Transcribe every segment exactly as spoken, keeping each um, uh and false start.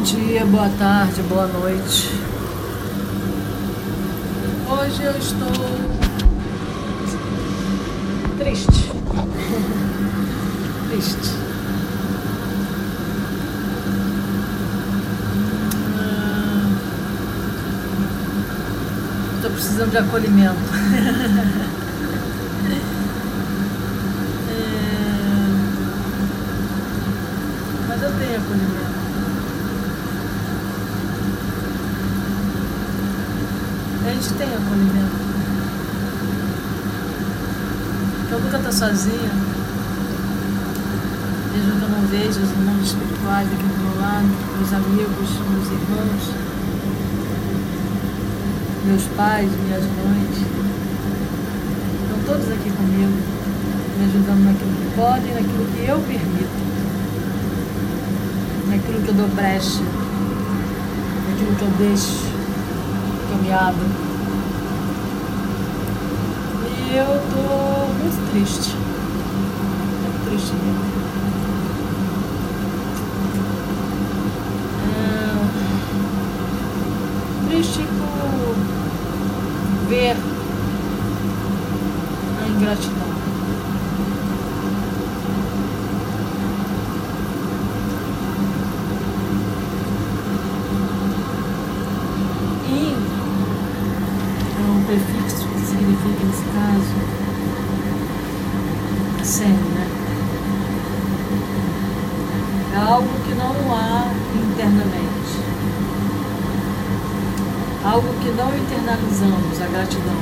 dia, boa tarde, boa noite. Hoje eu estou triste. Triste. Estou precisando de acolhimento. é... Mas eu tenho acolhimento. A gente tem acolhimento. Eu nunca estou sozinha. Mesmo que eu não veja os irmãos espirituais aqui do meu lado, meus amigos, meus irmãos, meus pais, minhas mães, estão todos aqui comigo, me ajudando naquilo que podem, naquilo que eu permito, naquilo que eu dou brecha, naquilo que eu deixo, que eu me abro. E eu tô muito triste, muito triste mesmo. Triste por ver a ingratidão. E é um prefixo que significa, nesse caso, sem, né? É algo que não há internamente. Algo que não internalizamos, a gratidão.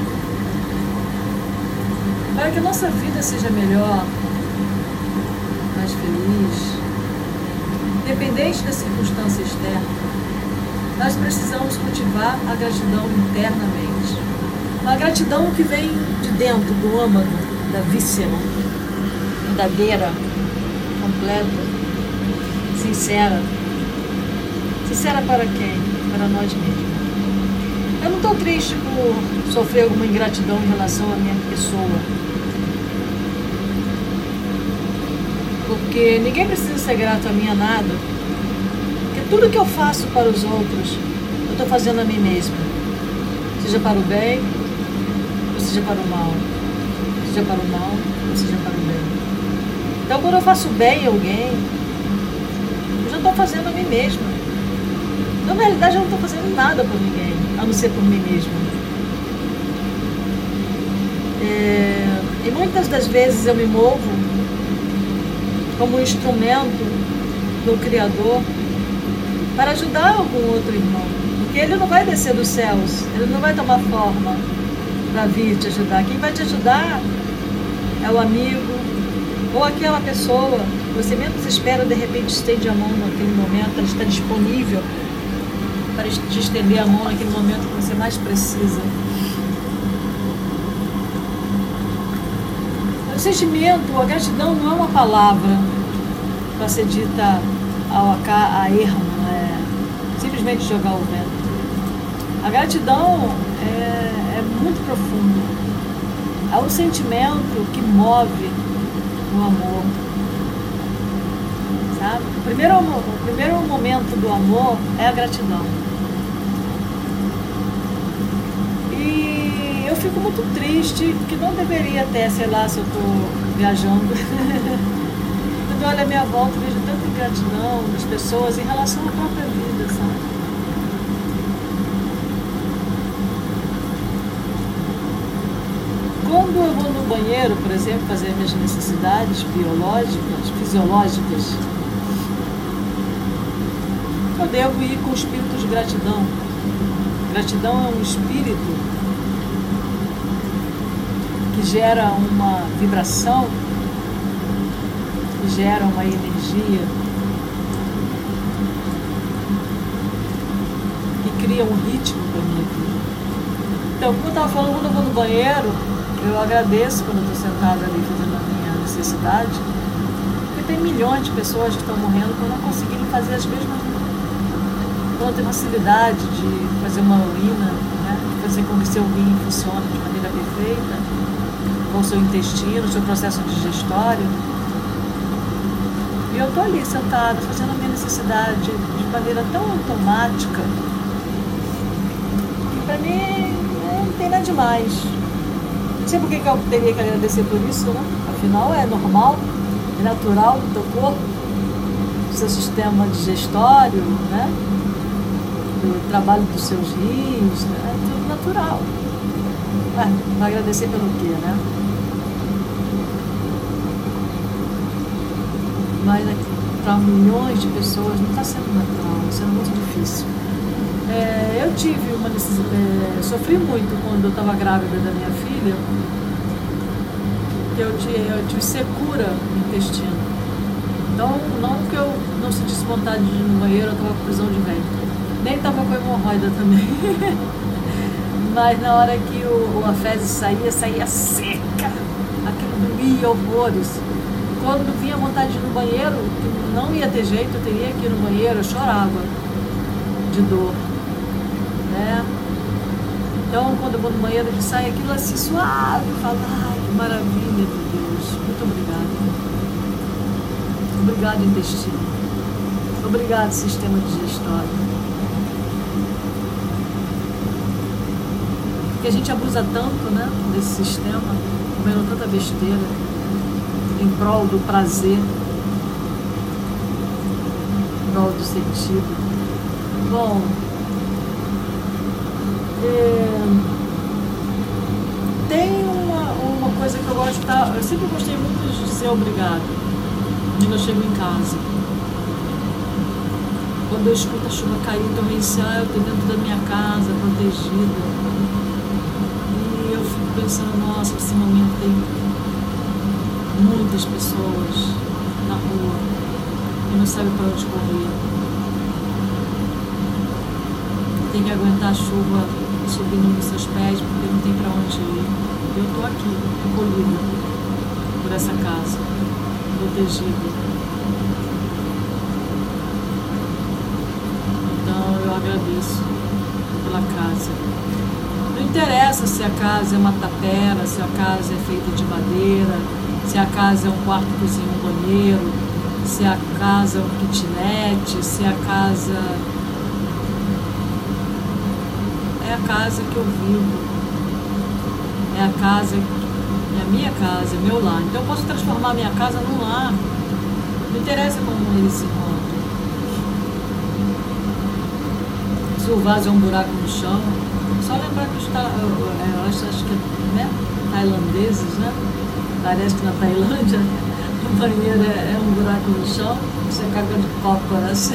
Para que a nossa vida seja melhor, mais feliz, independente da circunstância externa, nós precisamos cultivar a gratidão internamente. Uma gratidão que vem de dentro do âmago, da víscera, verdadeira, completa, sincera. Sincera para quem? Para nós mesmos. Eu não estou triste por sofrer alguma ingratidão em relação à minha pessoa. Porque ninguém precisa ser grato a mim a nada. Porque tudo que eu faço para os outros, eu estou fazendo a mim mesma. Seja para o bem, ou seja para o mal. Seja para o mal, ou seja para o bem. Então, quando eu faço bem a alguém, eu já estou fazendo a mim mesma. Então, na realidade, eu não estou fazendo nada por ninguém, a não ser por mim mesma. É, e muitas das vezes eu me movo como um instrumento do Criador para ajudar algum outro irmão. Porque ele não vai descer dos céus, ele não vai tomar forma para vir te ajudar. Quem vai te ajudar é o amigo ou aquela pessoa que você menos espera, de repente estende a mão naquele momento, ela está disponível para te estender a mão naquele momento que você mais precisa. O sentimento, a gratidão não é uma palavra para ser dita ao a ermo, é simplesmente jogar o vento. A gratidão é, é muito profundo. É um sentimento que move o amor. Sabe? O primeiro, o primeiro momento do amor é a gratidão. E eu fico muito triste, que não deveria até, sei lá, se eu estou viajando. Quando eu olho a minha volta, vejo tanta ingratidão das pessoas em relação à própria vida, sabe? Quando eu vou no banheiro, por exemplo, fazer minhas necessidades biológicas, fisiológicas, eu devo ir com o espírito de gratidão. Gratidão é um espírito que gera uma vibração, que gera uma energia, que cria um ritmo para a minha vida. Então, como eu estava falando, quando eu vou no banheiro, eu agradeço quando eu estou sentada ali fazendo a minha necessidade, porque tem milhões de pessoas que estão morrendo por não conseguirem fazer as mesmas coisas. Então, tem facilidade de fazer uma urina, né? Fazer com que seu rim funcione de maneira perfeita, com o seu intestino, o seu processo digestório. E eu estou ali sentada, fazendo a minha necessidade de maneira tão automática, que para mim é, não tem nada demais. Não sei por que eu teria que agradecer por isso, né? Afinal, é normal, é natural do teu corpo, do seu sistema digestório, né? Do trabalho dos seus rins, né? É tudo natural. Ué, vai agradecer pelo quê, né? Mas para milhões de pessoas não está sendo natural, está sendo muito difícil. É, eu tive uma necessidade, é, sofri muito quando eu estava grávida da minha filha, que eu tive, eu tive secura no intestino. Então, não que eu não sentisse vontade de ir no banheiro, eu estava com prisão de ventre. Nem estava com hemorroida também. Mas na hora que o, a fezes saía, saía seca. Aquilo doía horrores. Quando vinha vontade de ir no banheiro, que não ia ter jeito, eu teria que ir no banheiro, eu chorava de dor, né? Então, quando eu vou no banheiro, ele sai aquilo assim suave, fala, ai, que maravilha, meu Deus, muito obrigada. Obrigado, intestino. Obrigado, sistema digestório. Porque a gente abusa tanto, né, desse sistema, comendo tanta besteira, em prol do prazer, em prol do sentido. Bom, é, tem uma, uma coisa que eu gosto, tá? Eu sempre gostei muito de dizer obrigado quando eu chego em casa. Quando eu escuto a chuva cair torrencial, eu estou dentro da minha casa, protegida. E eu fico pensando, nossa, esse momento tem muitas pessoas na rua e não sabem para onde correr. Tem que aguentar a chuva subindo nos seus pés porque não tem para onde ir. Eu estou aqui, acolhida por essa casa, protegida. Então eu agradeço pela casa. Não interessa se a casa é uma tapera, se a casa é feita de madeira, se a casa é um quarto, cozinha, um banheiro, se a casa é um kitnet, se a casa é a casa que eu vivo, é a casa, é a minha casa, é meu lar. Então eu posso transformar a minha casa num lar, não interessa como ele se encontra. Se o vaso é um buraco no chão, só lembrar que os, eu acho, acho que né, tailandeses, né? Parece que na Tailândia o banheiro é, é um buraco no chão, você caga de cócoras.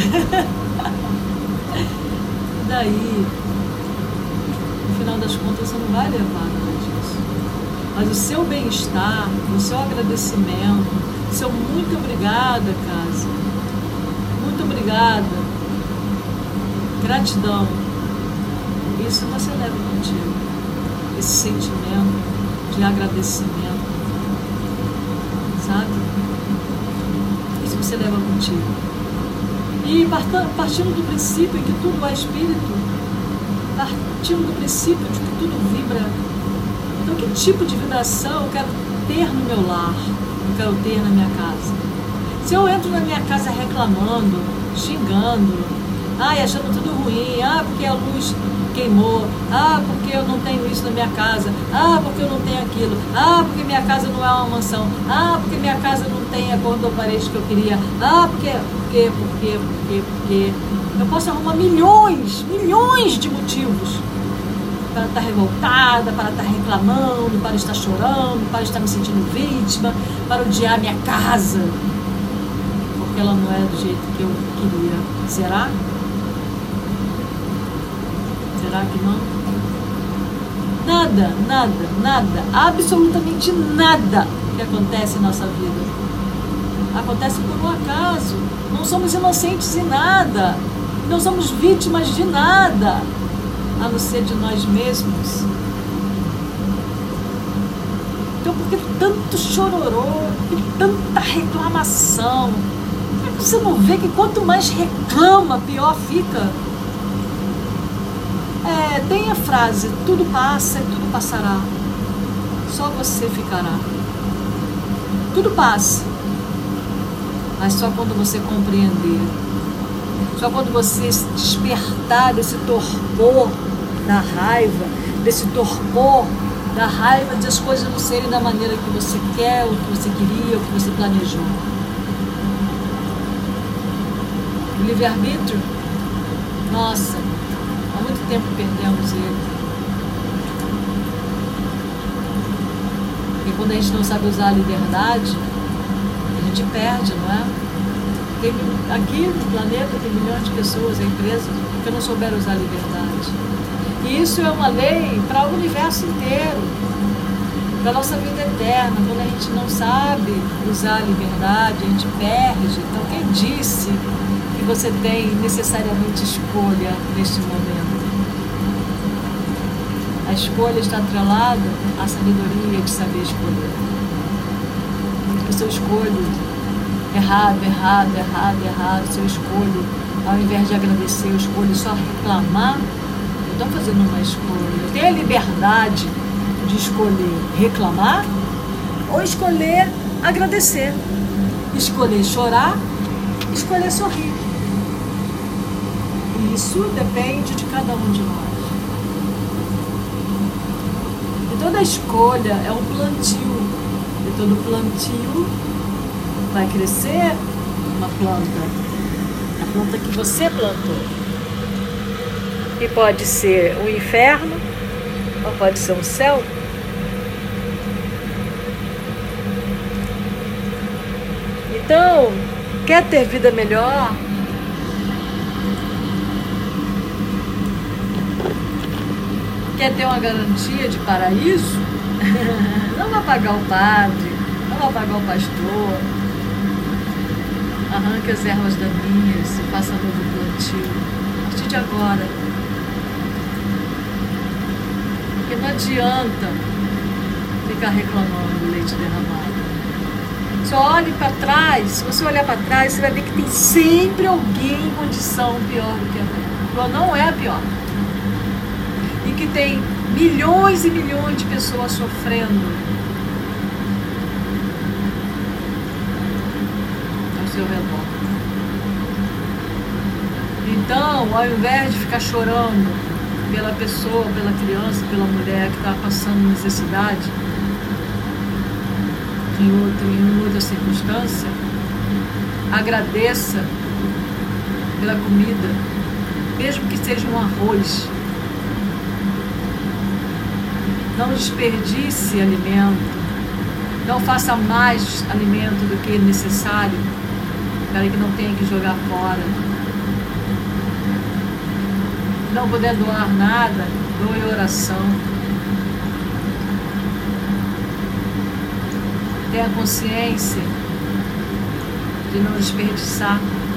Daí, no final das contas, você não vai levar nada disso. Mas o seu bem-estar, o seu agradecimento, o seu muito obrigada, casa, muito obrigada, gratidão, isso você leva contigo. Esse sentimento de agradecimento. Sabe? Isso você leva contigo. E partindo do princípio em que tudo é espírito, partindo do princípio de que tudo vibra, então que tipo de vibração eu quero ter no meu lar, eu quero ter na minha casa? Se eu entro na minha casa reclamando, xingando, ai, achando tudo ruim, ah, porque a luz queimou, ah, porque eu não tenho isso na minha casa, ah, porque eu não tenho aquilo, ah, porque minha casa não é uma mansão, ah, porque minha casa não tem a cor do parede que eu queria, ah, porque, porque, porque, porque, porque. Eu posso arrumar milhões, milhões de motivos para estar revoltada, para estar reclamando, para estar chorando, para estar me sentindo vítima, para odiar minha casa, porque ela não é do jeito que eu queria. Será? Será que não? Nada, nada, nada, absolutamente nada que acontece em nossa vida acontece por um acaso. Não somos inocentes em nada, não somos vítimas de nada, a não ser de nós mesmos. Então, por que tanto chororô, por que tanta reclamação? É que você não vê que quanto mais reclama, pior fica? É, tem a frase, tudo passa e tudo passará, só você ficará. Tudo passa. Mas só quando você compreender, só quando você se despertar desse torpor da raiva, desse torpor da raiva de as coisas não serem da maneira que você quer, ou que você queria, ou que você planejou. O livre-arbítrio, nossa, há muito tempo perdemos ele. E quando a gente não sabe usar a liberdade, a gente perde, não é? Tem, aqui no planeta tem milhões de pessoas, empresas, que não souberam usar a liberdade. E isso é uma lei para o universo inteiro, para a nossa vida eterna. Quando a gente não sabe usar a liberdade, a gente perde. Então, quem disse que você tem necessariamente escolha neste momento? A escolha está atrelada à sabedoria de saber escolher. Se eu escolho errado, errado, errado, errado, se eu escolho, ao invés de agradecer, eu escolho só reclamar, eu estou fazendo uma escolha. Eu tenho a liberdade de escolher reclamar ou escolher agradecer. Escolher chorar, escolher sorrir. Isso depende de cada um de nós. E toda escolha é um plantio. E todo plantio vai crescer uma planta. A planta que você plantou. E pode ser o inferno, ou pode ser um céu. Então, quer ter vida melhor? Quer ter uma garantia de paraíso? Não vai pagar o padre, não vai pagar o pastor. Arranque as ervas daninhas e faça novo plantio. A partir de agora. Porque não adianta ficar reclamando do leite derramado. Só olhe para trás. Se você olhar para trás, você vai ver que tem sempre alguém em condição pior do que a tua. Não é a pior. E que tem milhões e milhões de pessoas sofrendo ao seu redor. Então, ao invés de ficar chorando pela pessoa, pela criança, pela mulher que está passando necessidade em, outro, em outra circunstância, agradeça pela comida, mesmo que seja um arroz. Não desperdice alimento, não faça mais alimento do que necessário, para que não tenha que jogar fora. Não puder doar nada, doe oração. Tenha consciência de não desperdiçar,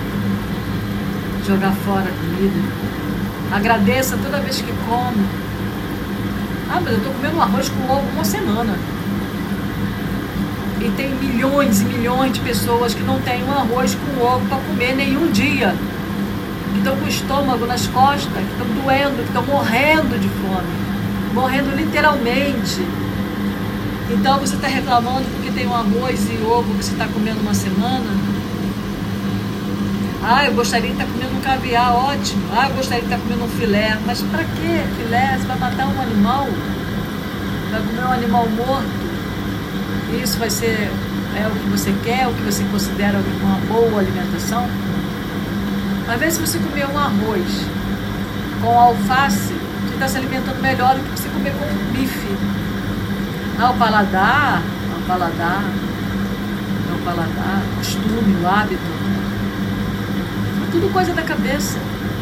jogar fora a comida. Agradeça toda vez que come. Ah, mas eu estou comendo um arroz com ovo uma semana. E tem milhões e milhões de pessoas que não têm um arroz com ovo para comer nenhum dia. Que estão com o estômago nas costas, que estão doendo, que estão morrendo de fome. Morrendo literalmente. Então você está reclamando porque tem um arroz e ovo que você está comendo uma semana? Ah, eu gostaria de estar comendo um caviar, ótimo. Ah, eu gostaria de estar comendo um filé. Mas para que filé? Você vai matar um animal? Vai comer um animal morto? Isso vai ser é o que você quer, o que você considera uma boa alimentação? Às vezes você comer um arroz com alface, você está se alimentando melhor do que você comer com um bife. Ah, o paladar, o paladar, é o paladar, o costume, o hábito. Tudo coisa da cabeça.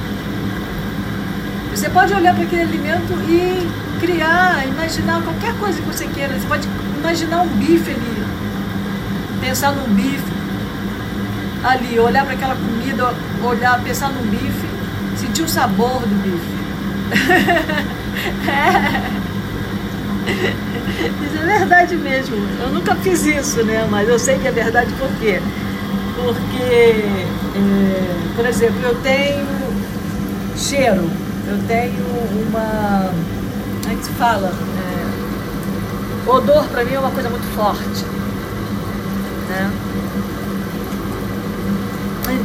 Você pode olhar para aquele alimento e criar, imaginar qualquer coisa que você queira. Você pode imaginar um bife ali, pensar num bife ali, olhar para aquela comida, olhar, pensar num bife, sentir o sabor do bife. É. Isso é verdade mesmo. Eu nunca fiz isso, né? Mas eu sei que é verdade por quê? Porque, é, por exemplo, eu tenho cheiro, eu tenho uma, como é que se fala? É, odor para mim é uma coisa muito forte, né?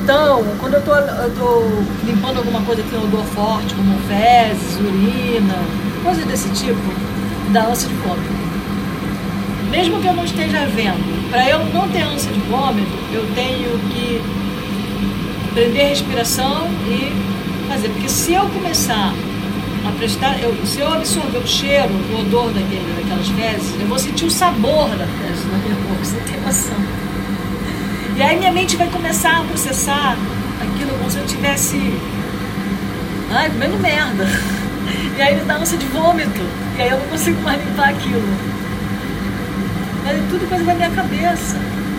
Então, quando eu tô, eu tô limpando alguma coisa que tem odor forte, como fezes, urina, coisas desse tipo, dá ânsia de vômito. Mesmo que eu não esteja vendo, para eu não ter ânsia de vômito, eu tenho que prender a respiração e fazer. Porque se eu começar a prestar, eu, se eu absorver o cheiro, o odor daquele, daquelas fezes, eu vou sentir o sabor da fezes na minha boca, você tem noção. E aí minha mente vai começar a processar aquilo como se eu tivesse, ai, comendo merda. E aí me dá ânsia de vômito. E aí eu não consigo mais limpar aquilo. Mas é tudo coisa da minha cabeça.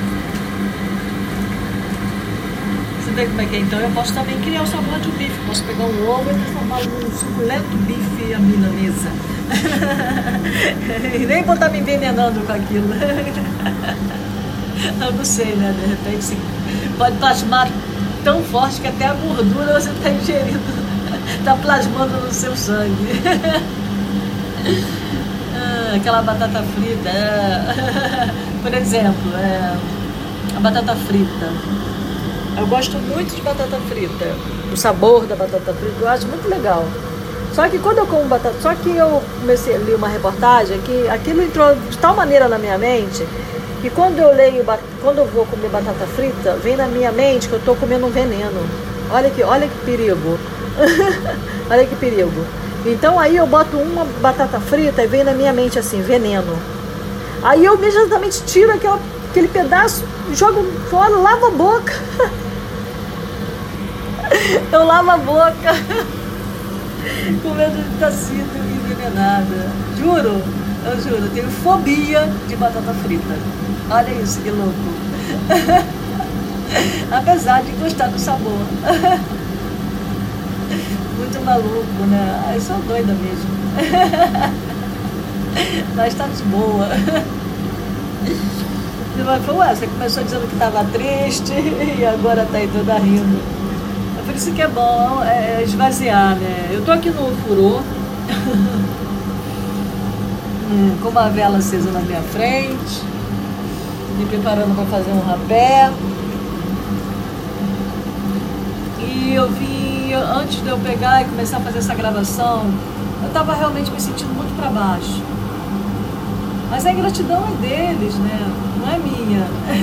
Você vê como é que é? Então eu posso também criar o sabor de um bife. Posso pegar um ovo e transformar num suculento bife à milanesa. E nem botar me envenenando com aquilo. Eu não sei, né? De repente você pode plasmar tão forte que até a gordura você está ingerindo, está plasmando no seu sangue. Ah, aquela batata frita, é... por exemplo, é... a batata frita. Eu gosto muito de batata frita. O sabor da batata frita eu acho muito legal. Só que quando eu como batata... Só que eu comecei a ler uma reportagem que aquilo entrou de tal maneira na minha mente que quando eu leio, quando eu vou comer batata frita, vem na minha mente que eu estou comendo um veneno. Olha que, olha que perigo. Olha que perigo. Então aí eu boto uma batata frita e vem na minha mente assim, veneno. Aí eu imediatamente tiro aquela, aquele pedaço, jogo fora, lavo a boca. Eu lavo a boca com medo de estar sendo envenenada. Juro, eu juro, eu tenho fobia de batata frita. Olha isso, que louco. Apesar de gostar do sabor. Muito maluco, né? Eu sou doida mesmo. Mas tá de boa. Você vai falar, ué, você começou dizendo que estava triste e agora tá aí toda rindo. É por isso que é bom é, esvaziar, né? Eu tô aqui no furô, com uma vela acesa na minha frente, me preparando para fazer um rapé. E eu vi, antes de eu pegar e começar a fazer essa gravação, eu estava realmente me sentindo muito para baixo. Mas a ingratidão é deles, né? Não é minha.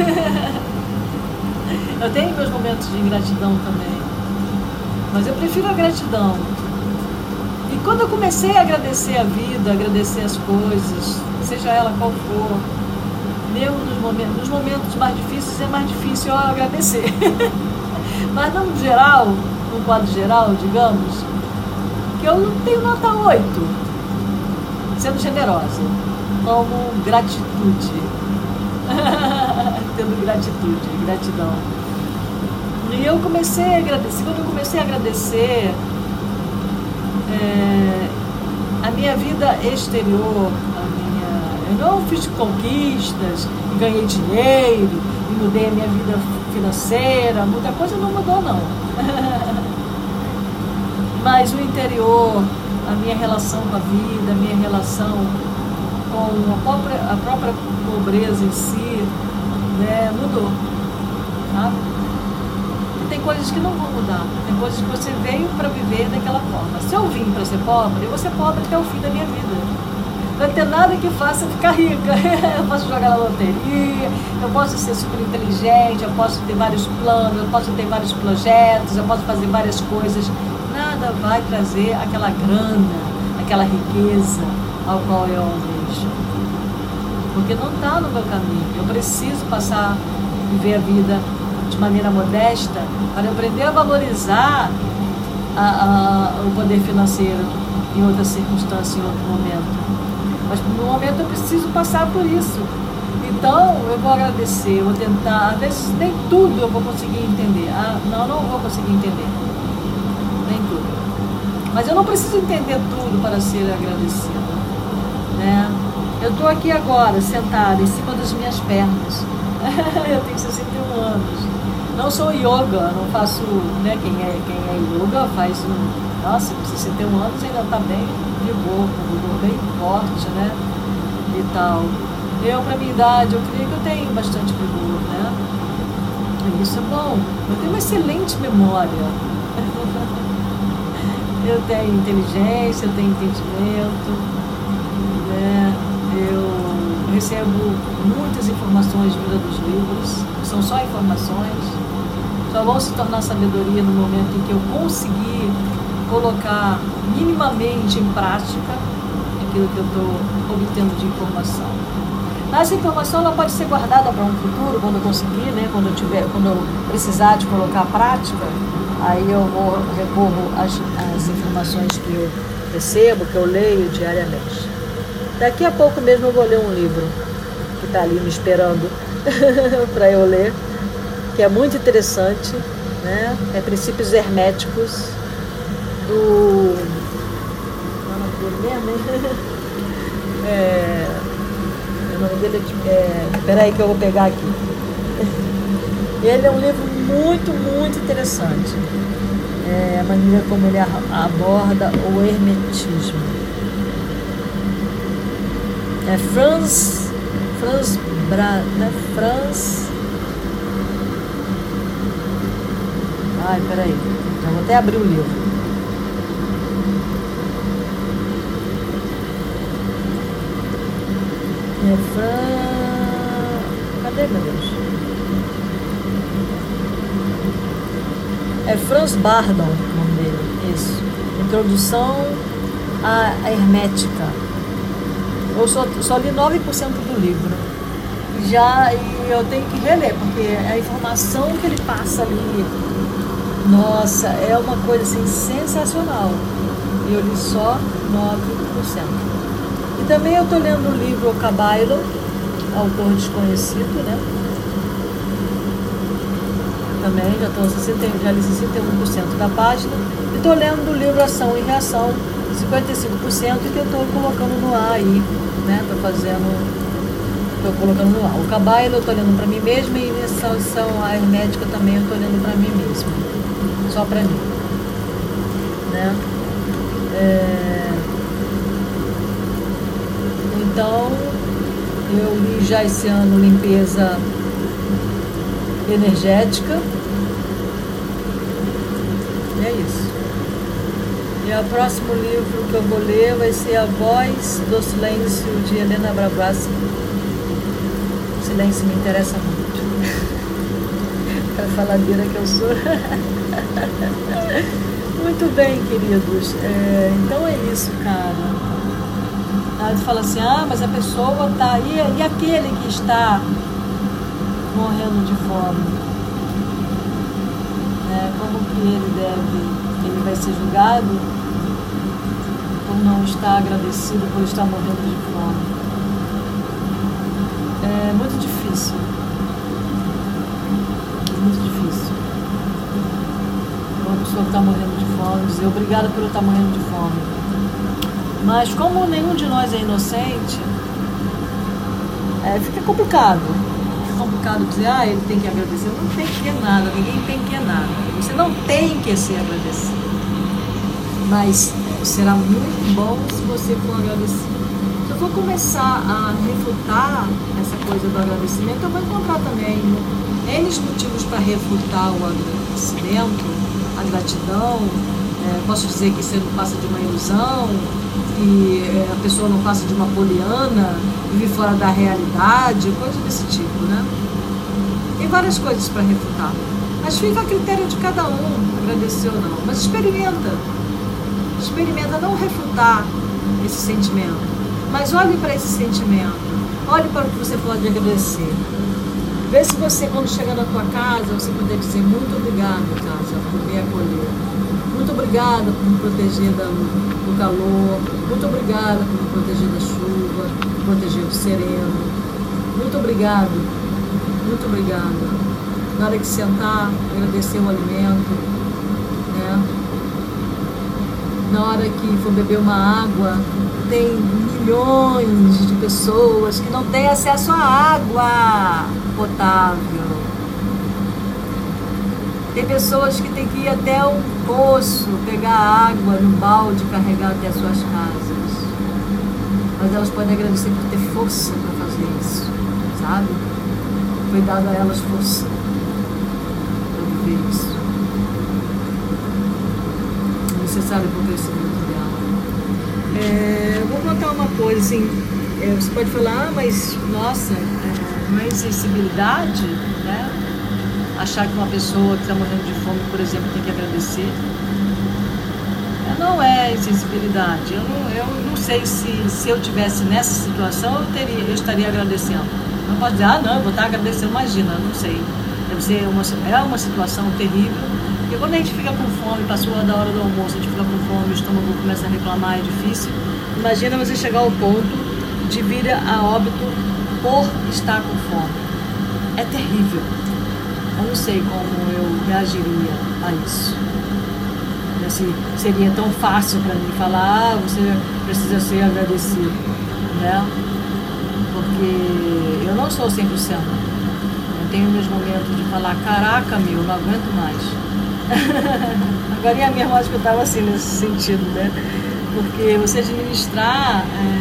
Eu tenho meus momentos de ingratidão também. Mas eu prefiro a gratidão. E quando eu comecei a agradecer a vida, agradecer as coisas, seja ela qual for, mesmo nos momentos, nos momentos mais difíceis é mais difícil eu agradecer. Mas no geral, no quadro geral, digamos, que eu tenho nota oito, sendo generosa, como gratitude. Tendo gratitude, gratidão. E eu comecei a agradecer, quando eu comecei a agradecer, é, a minha vida exterior, a minha, eu não fiz conquistas, ganhei dinheiro, e mudei a minha vida financeira, muita coisa não mudou não. Mas o interior, a minha relação com a vida, a minha relação com a própria, a própria pobreza em si, né, mudou, sabe? Tem coisas que não vão mudar, tem coisas que você veio para viver daquela forma. Se eu vim para ser pobre, eu vou ser pobre até o fim da minha vida. Não vai ter nada que faça eu ficar rica. Eu posso jogar na loteria, eu posso ser super inteligente, eu posso ter vários planos, eu posso ter vários projetos, eu posso fazer várias coisas. Nada vai trazer aquela grana, aquela riqueza ao qual eu almejo. Porque não está no meu caminho. Eu preciso passar a viver a vida de maneira modesta, para eu aprender a valorizar a, a, o poder financeiro em outra circunstância, em outro momento. Mas no momento eu preciso passar por isso. Então eu vou agradecer, eu vou tentar, às vezes nem tudo eu vou conseguir entender. Ah, não, não vou conseguir entender. Nem tudo. Mas eu não preciso entender tudo para ser agradecida, né? Eu estou aqui agora, sentada em cima das minhas pernas. Eu tenho sessenta e um anos. Não sou yoga, não faço, né, quem é, quem é yoga faz um, nossa, com sessenta e um anos ainda está bem de boa, bem forte, né, e tal. Eu, para minha idade, eu creio que eu tenho bastante vigor, né, Isso é bom. Eu tenho uma excelente memória. Eu tenho inteligência, eu tenho entendimento, né? Eu recebo muitas informações vindas dos livros, são só informações, só vão se tornar sabedoria no momento em que eu conseguir colocar minimamente em prática aquilo que eu estou obtendo de informação. Essa informação ela pode ser guardada para um futuro, quando eu conseguir, né? quando, eu tiver, quando eu precisar de colocar a prática, aí eu vou recorro às, às informações que eu recebo, que eu leio diariamente. Daqui a pouco mesmo eu vou ler um livro que está ali me esperando para eu ler, que é muito interessante, né? É Princípios Herméticos, do... Não, não dele mesmo, hein? É... O nome dele é... é... Peraí que eu vou pegar aqui. Ele é um livro muito, muito interessante. É a maneira como ele aborda o hermetismo. É Franz... Franz... Bra... Né? Franz... Ai, peraí. Eu vou até abrir o livro. É Fran... Cadê, meu Deus? É Franz Bardon, o nome dele. Isso. Introdução à Hermética. Eu só, só li nove por cento do livro. Já, e eu tenho que reler, porque a informação que ele passa ali, nossa, é uma coisa assim sensacional. E eu li só nove por cento. E também eu estou lendo o livro O Cabailo, autor desconhecido, né? Também já, tô sessenta, já li sessenta e um por cento da página. E estou lendo o livro Ação e Reação, cinquenta e cinco por cento, que eu estou colocando no ar aí, né? Estou fazendo, estou colocando no ar. O Cabailo eu estou lendo para mim mesma, e Iniciação à Hermética também eu estou lendo para mim mesma. Só para mim, né? É... Então, eu li já esse ano Limpeza Energética. E é isso. E o próximo livro que eu vou ler vai ser A Voz do Silêncio, de Helena Blavatsky. O silêncio me interessa muito. Para faladeira que eu sou. Muito bem, queridos. É, então é isso, cara. Aí tu fala assim, ah, mas a pessoa tá aí, e aquele que está morrendo de fome? É, como que ele deve, ele vai ser julgado por não estar agradecido por estar morrendo de fome? É muito difícil. Muito difícil. Uma pessoa que está morrendo de fome dizer obrigada por eu estar morrendo de fome. Mas como nenhum de nós é inocente, é, fica complicado. Fica complicado dizer, ah, ele tem que agradecer. Não tem que ter nada, ninguém tem que ter nada. Você não tem que ser agradecido. Mas será muito bom se você for agradecido. Se eu for começar a refutar essa coisa do agradecimento, eu vou encontrar também N motivos para refutar o agradecimento, a gratidão. É, posso dizer que isso não passa de uma ilusão, que é, a pessoa não passa de uma poliana, vive fora da realidade, coisa desse tipo, né? Tem várias coisas para refutar. Mas fica a critério de cada um, agradecer ou não. Mas experimenta. Experimenta não refutar esse sentimento. Mas olhe para esse sentimento. Olhe para o que você pode agradecer. Vê se você, quando chegar na tua casa, você puder dizer muito obrigado, casa, por me acolher. Muito obrigada por me proteger do, do calor. Muito obrigada por me proteger da chuva, me proteger do sereno. Muito obrigado. Muito obrigada. Na hora de sentar, agradecer o alimento, né? Na hora que for beber uma água, tem milhões de pessoas que não têm acesso à água potável. Tem pessoas que têm que ir até um poço, pegar água no balde e carregar até as suas casas. Mas elas podem agradecer por ter força para fazer isso, sabe? Foi dado a elas força. ver isso. É necessário para o crescimento dela. É, eu vou contar uma coisa, assim, é, você pode falar, ah, mas, nossa, é, não é insensibilidade, né? Achar que uma pessoa que está morrendo de fome, por exemplo, tem que agradecer. Não é insensibilidade. Eu não, eu não sei se, se eu tivesse nessa situação, eu, teria, eu estaria agradecendo. Não posso dizer, ah, não, eu vou estar agradecendo, imagina, não sei. Deve ser uma, é uma situação terrível. Porque quando a gente fica com fome, passou da hora do almoço, a gente fica com fome, o estômago começa a reclamar, é difícil. Imagina você chegar ao ponto de vir a óbito por estar com fome. É terrível. Eu não sei como eu reagiria a isso. Se seria tão fácil para mim falar, ah, você precisa ser agradecido, né? Porque eu não sou cem por cento. Eu tenho meus momentos de falar, caraca, meu, não aguento mais. Agora, e a minha irmã acho que eu estava assim nesse sentido, né? Porque você administrar,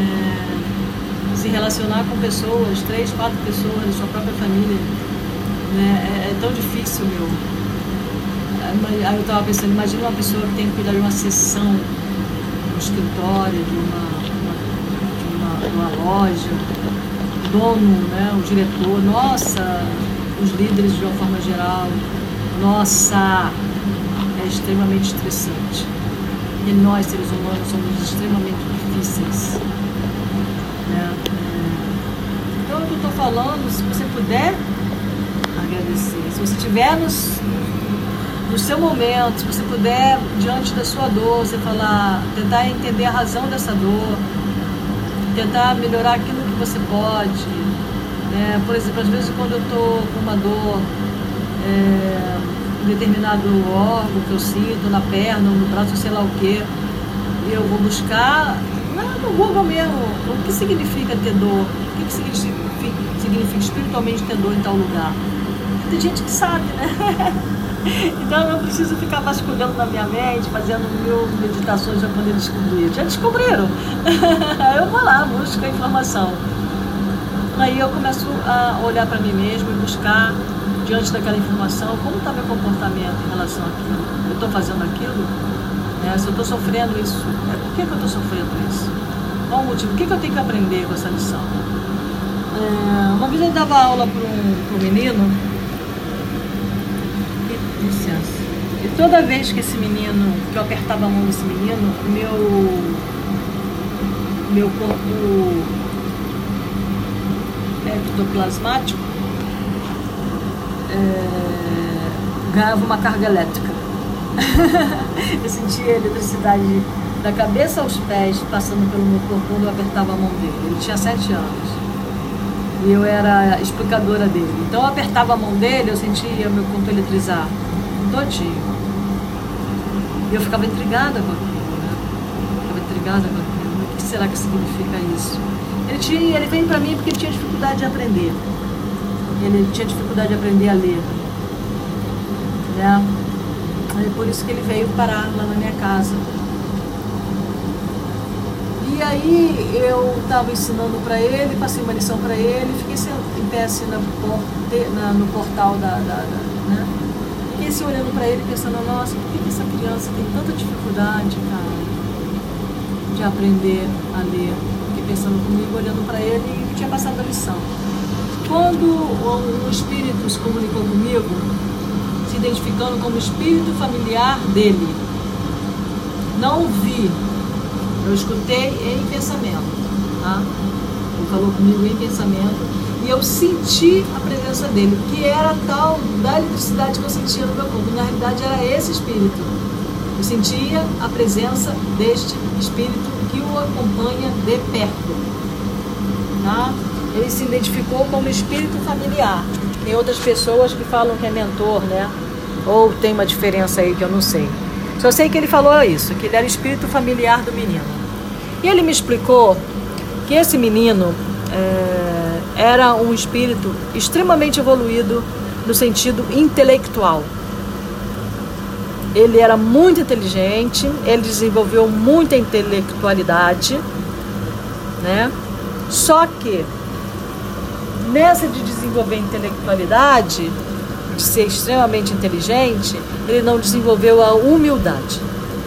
é, se relacionar com pessoas, três, quatro pessoas da sua própria família, né? É, é tão difícil, meu. Aí eu estava pensando, imagina uma pessoa que tem que cuidar de uma sessão no escritório, de uma, uma, de uma, de uma loja, o dono, né, o diretor, nossa, os líderes de uma forma geral, nossa, é extremamente estressante. E nós, seres humanos, somos extremamente difíceis. Né? Então, o que eu estou falando, se você puder agradecer, se você tiver nos no seu momento, se você puder, diante da sua dor, você falar, tentar entender a razão dessa dor, tentar melhorar aquilo que você pode. Né? Por exemplo, às vezes quando eu estou com uma dor é, em determinado órgão que eu sinto, na perna, ou no braço, sei lá o quê, eu vou buscar no Google mesmo, o que significa ter dor, o que significa, significa espiritualmente ter dor em tal lugar. Tem gente que sabe, né? Então eu não preciso ficar vasculhando na minha mente, fazendo mil meditações para poder descobrir. Já descobriram. Eu vou lá, busco a informação. Aí eu começo a olhar para mim mesmo e buscar, diante daquela informação, como está meu comportamento em relação àquilo. Eu estou fazendo aquilo? É, se eu estou sofrendo isso, é, por que, que eu estou sofrendo isso? Qual o motivo? O que, que eu tenho que aprender com essa lição? É, uma vez eu dava aula para um, para um menino. Licença. E toda vez que esse menino, que eu apertava a mão desse menino, meu, meu corpo ectoplasmático é, ganhava uma carga elétrica. Eu sentia a eletricidade da cabeça aos pés passando pelo meu corpo quando eu apertava a mão dele. Ele tinha sete anos. E eu era explicadora dele. Então eu apertava a mão dele, eu sentia meu corpo eletrizar. Todinho. E eu ficava intrigada com aquilo, né? Ficava intrigada com aquilo. O que será que significa isso? Ele, tinha, ele veio para mim porque ele tinha dificuldade de aprender. Ele tinha dificuldade de aprender a ler. Né? É por isso que ele veio parar lá na minha casa. E aí eu estava ensinando para ele, passei uma lição para ele, fiquei em pé assim na porte, na, no portal da... da, da né? Fiquei assim olhando para ele, pensando, nossa, por que, que essa criança tem tanta dificuldade, cara, de aprender a ler? Fiquei pensando comigo, olhando para ele e tinha passado a lição. Quando um espírito se comunicou comigo, se identificando como espírito familiar dele, não vi, eu escutei em pensamento, tá? Ele falou comigo em pensamento. E eu senti a presença dele, que era tal da eletricidade que eu sentia no meu corpo. Na realidade era esse espírito. Eu sentia a presença deste espírito que o acompanha de perto. Tá? Ele se identificou como espírito familiar. Tem outras pessoas que falam que é mentor, né? Ou tem uma diferença aí que eu não sei. Só sei que ele falou isso, que ele era espírito familiar do menino. E ele me explicou que esse menino... É... era um espírito extremamente evoluído no sentido intelectual. Ele era muito inteligente, ele desenvolveu muita intelectualidade, né? Só que nessa de desenvolver intelectualidade, de ser extremamente inteligente, ele não desenvolveu a humildade.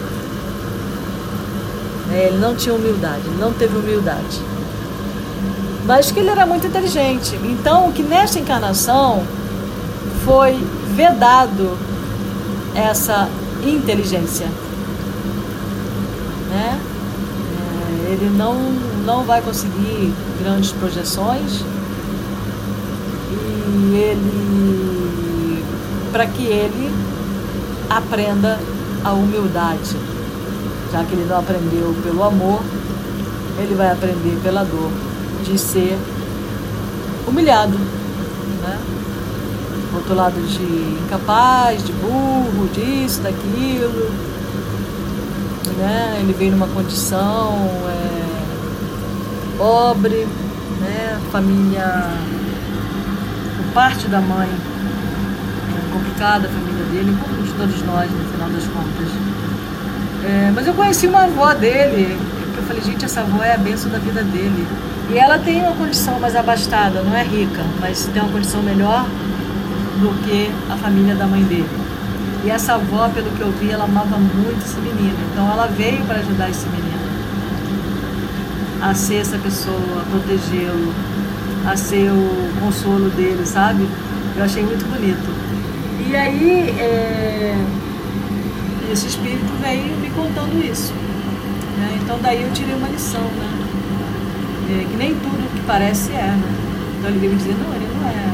É, ele não tinha humildade, ele não teve humildade. Mas que ele era muito inteligente. Então, que nesta encarnação foi vedado essa inteligência. Né? É, ele não, não vai conseguir grandes projeções. E ele, para que ele aprenda a humildade, já que ele não aprendeu pelo amor, ele vai aprender pela dor de ser humilhado, né? Rotulado de incapaz, de burro, disso, daquilo, né? Ele veio numa condição é, pobre, né? Família, por parte da mãe, é, complicada a família dele, como de todos nós, no final das contas. É, mas eu conheci uma avó dele, que eu falei, gente, essa avó é a bênção da vida dele. E ela tem uma condição mais abastada, não é rica, mas tem uma condição melhor do que a família da mãe dele. E essa avó, pelo que eu vi, ela amava muito esse menino. Então ela veio para ajudar esse menino a ser essa pessoa, a protegê-lo, a ser o consolo dele, sabe? Eu achei muito bonito. E aí, é... esse espírito veio me contando isso. Né? Então daí eu tirei uma lição, né? É, que nem tudo que parece é, né? Então ele veio me dizer, não, ele não é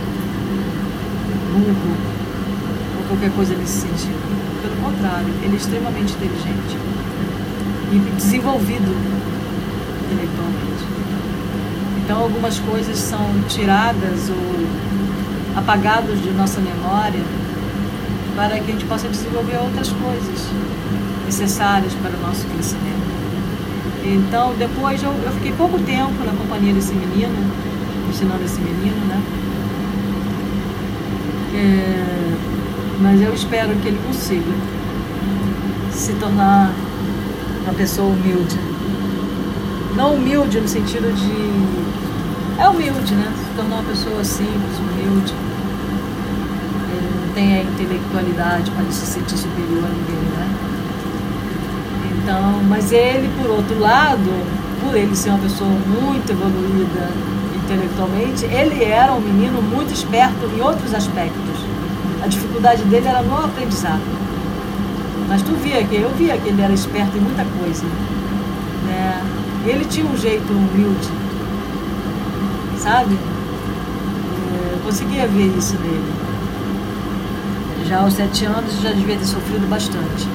burro ou qualquer coisa nesse sentido. Pelo contrário, ele é extremamente inteligente e desenvolvido intelectualmente. Então algumas coisas são tiradas ou apagadas de nossa memória para que a gente possa desenvolver outras coisas necessárias para o nosso crescimento. Então, depois eu, eu fiquei pouco tempo na companhia desse menino, ensinando esse menino, né? É, mas eu espero que ele consiga se tornar uma pessoa humilde. Não humilde no sentido de... É humilde, né? Se tornar uma pessoa simples, humilde. Ele não tem a intelectualidade para se sentir superior a ninguém, né? Então, mas ele, por outro lado, por ele ser uma pessoa muito evoluída intelectualmente, ele era um menino muito esperto em outros aspectos. A dificuldade dele era no aprendizado. Mas tu via que eu via que ele era esperto em muita coisa, né? Ele tinha um jeito humilde, sabe? Eu conseguia ver isso nele. Já aos sete anos já devia ter sofrido bastante.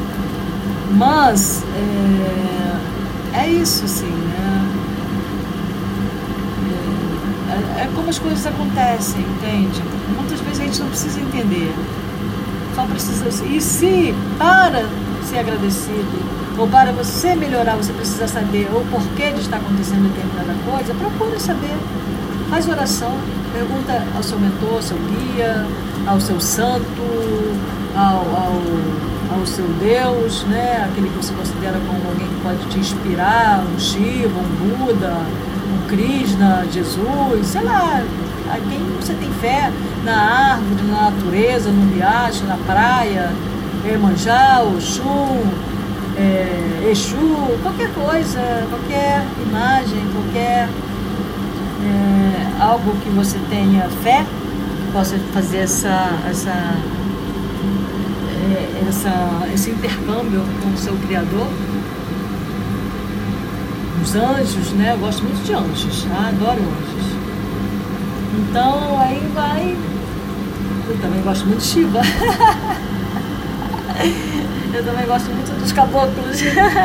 Mas é, é isso, assim, né? É, é como as coisas acontecem, entende? Muitas vezes a gente não precisa entender, só precisa... E se para ser agradecido, ou para você melhorar, você precisa saber o porquê de estar acontecendo determinada coisa, procura saber. Faz oração, pergunta ao seu mentor, ao seu guia, ao seu santo, ao... ao ao seu Deus, né? Aquele que você considera como alguém que pode te inspirar, um Shiva, um Buda, um Krishna, Jesus, sei lá, a quem você tem fé, na árvore, na natureza, no riacho, na praia, Iemanjá, Oxum, é, Exu, qualquer coisa, qualquer imagem, qualquer é, algo que você tenha fé, que possa fazer essa... essa Essa, esse intercâmbio com o seu Criador. Os anjos, né? Eu gosto muito de anjos, tá? Adoro anjos. Então, aí vai... Eu também gosto muito de Shiva. Eu também gosto muito dos caboclos,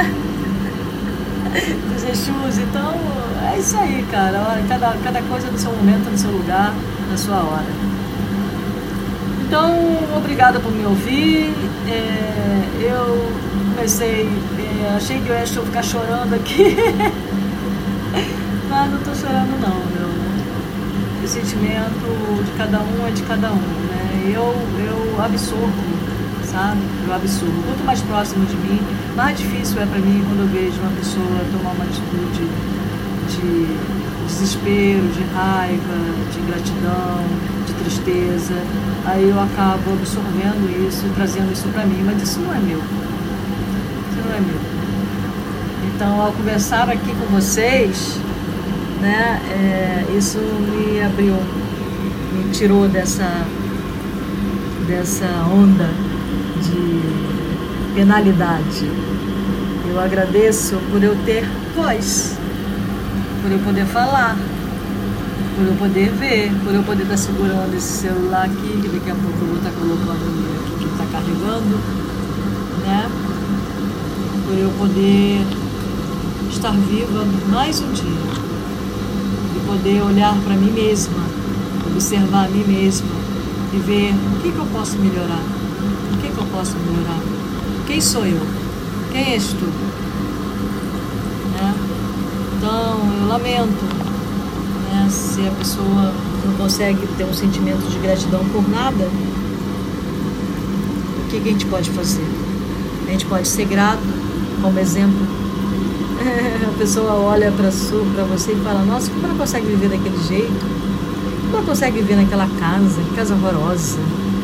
dos Exus. Então, é isso aí, cara. Cada, cada coisa no seu momento, no seu lugar, na sua hora. Então, obrigada por me ouvir. É, eu comecei, é, achei que eu ia ficar chorando aqui, mas não estou chorando não, meu. O sentimento de cada um é de cada um, né? Eu, eu absorvo, sabe? Eu absorvo. Quanto mais próximo de mim, mais difícil é para mim quando eu vejo uma pessoa tomar uma atitude de desespero, de raiva, de ingratidão, de tristeza, aí eu acabo absorvendo isso e trazendo isso para mim, mas isso não é meu. Isso não é meu. Então, ao conversar aqui com vocês, né, é, isso me abriu, me tirou dessa, dessa onda de penalidade. Eu agradeço por eu ter voz, por eu poder falar, por eu poder ver, por eu poder estar segurando esse celular aqui, que daqui a pouco eu vou estar colocando ele aqui que está carregando, né? Por eu poder estar viva mais um dia, de poder olhar para mim mesma, observar a mim mesma e ver o que, que eu posso melhorar, o que, que eu posso melhorar, quem sou eu, quem és tu, né? Então eu lamento, né, se a pessoa não consegue ter um sentimento de gratidão por nada. O que, que a gente pode fazer? A gente pode ser grato, como exemplo. A pessoa olha para você e fala: nossa, como ela consegue viver daquele jeito? Como ela consegue viver naquela casa, que casa horrorosa?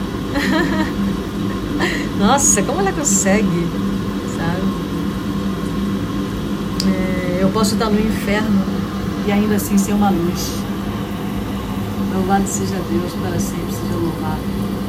Nossa, como ela consegue, sabe? É, eu posso estar no inferno e ainda assim ser uma luz. Louvado seja Deus, para sempre seja louvado.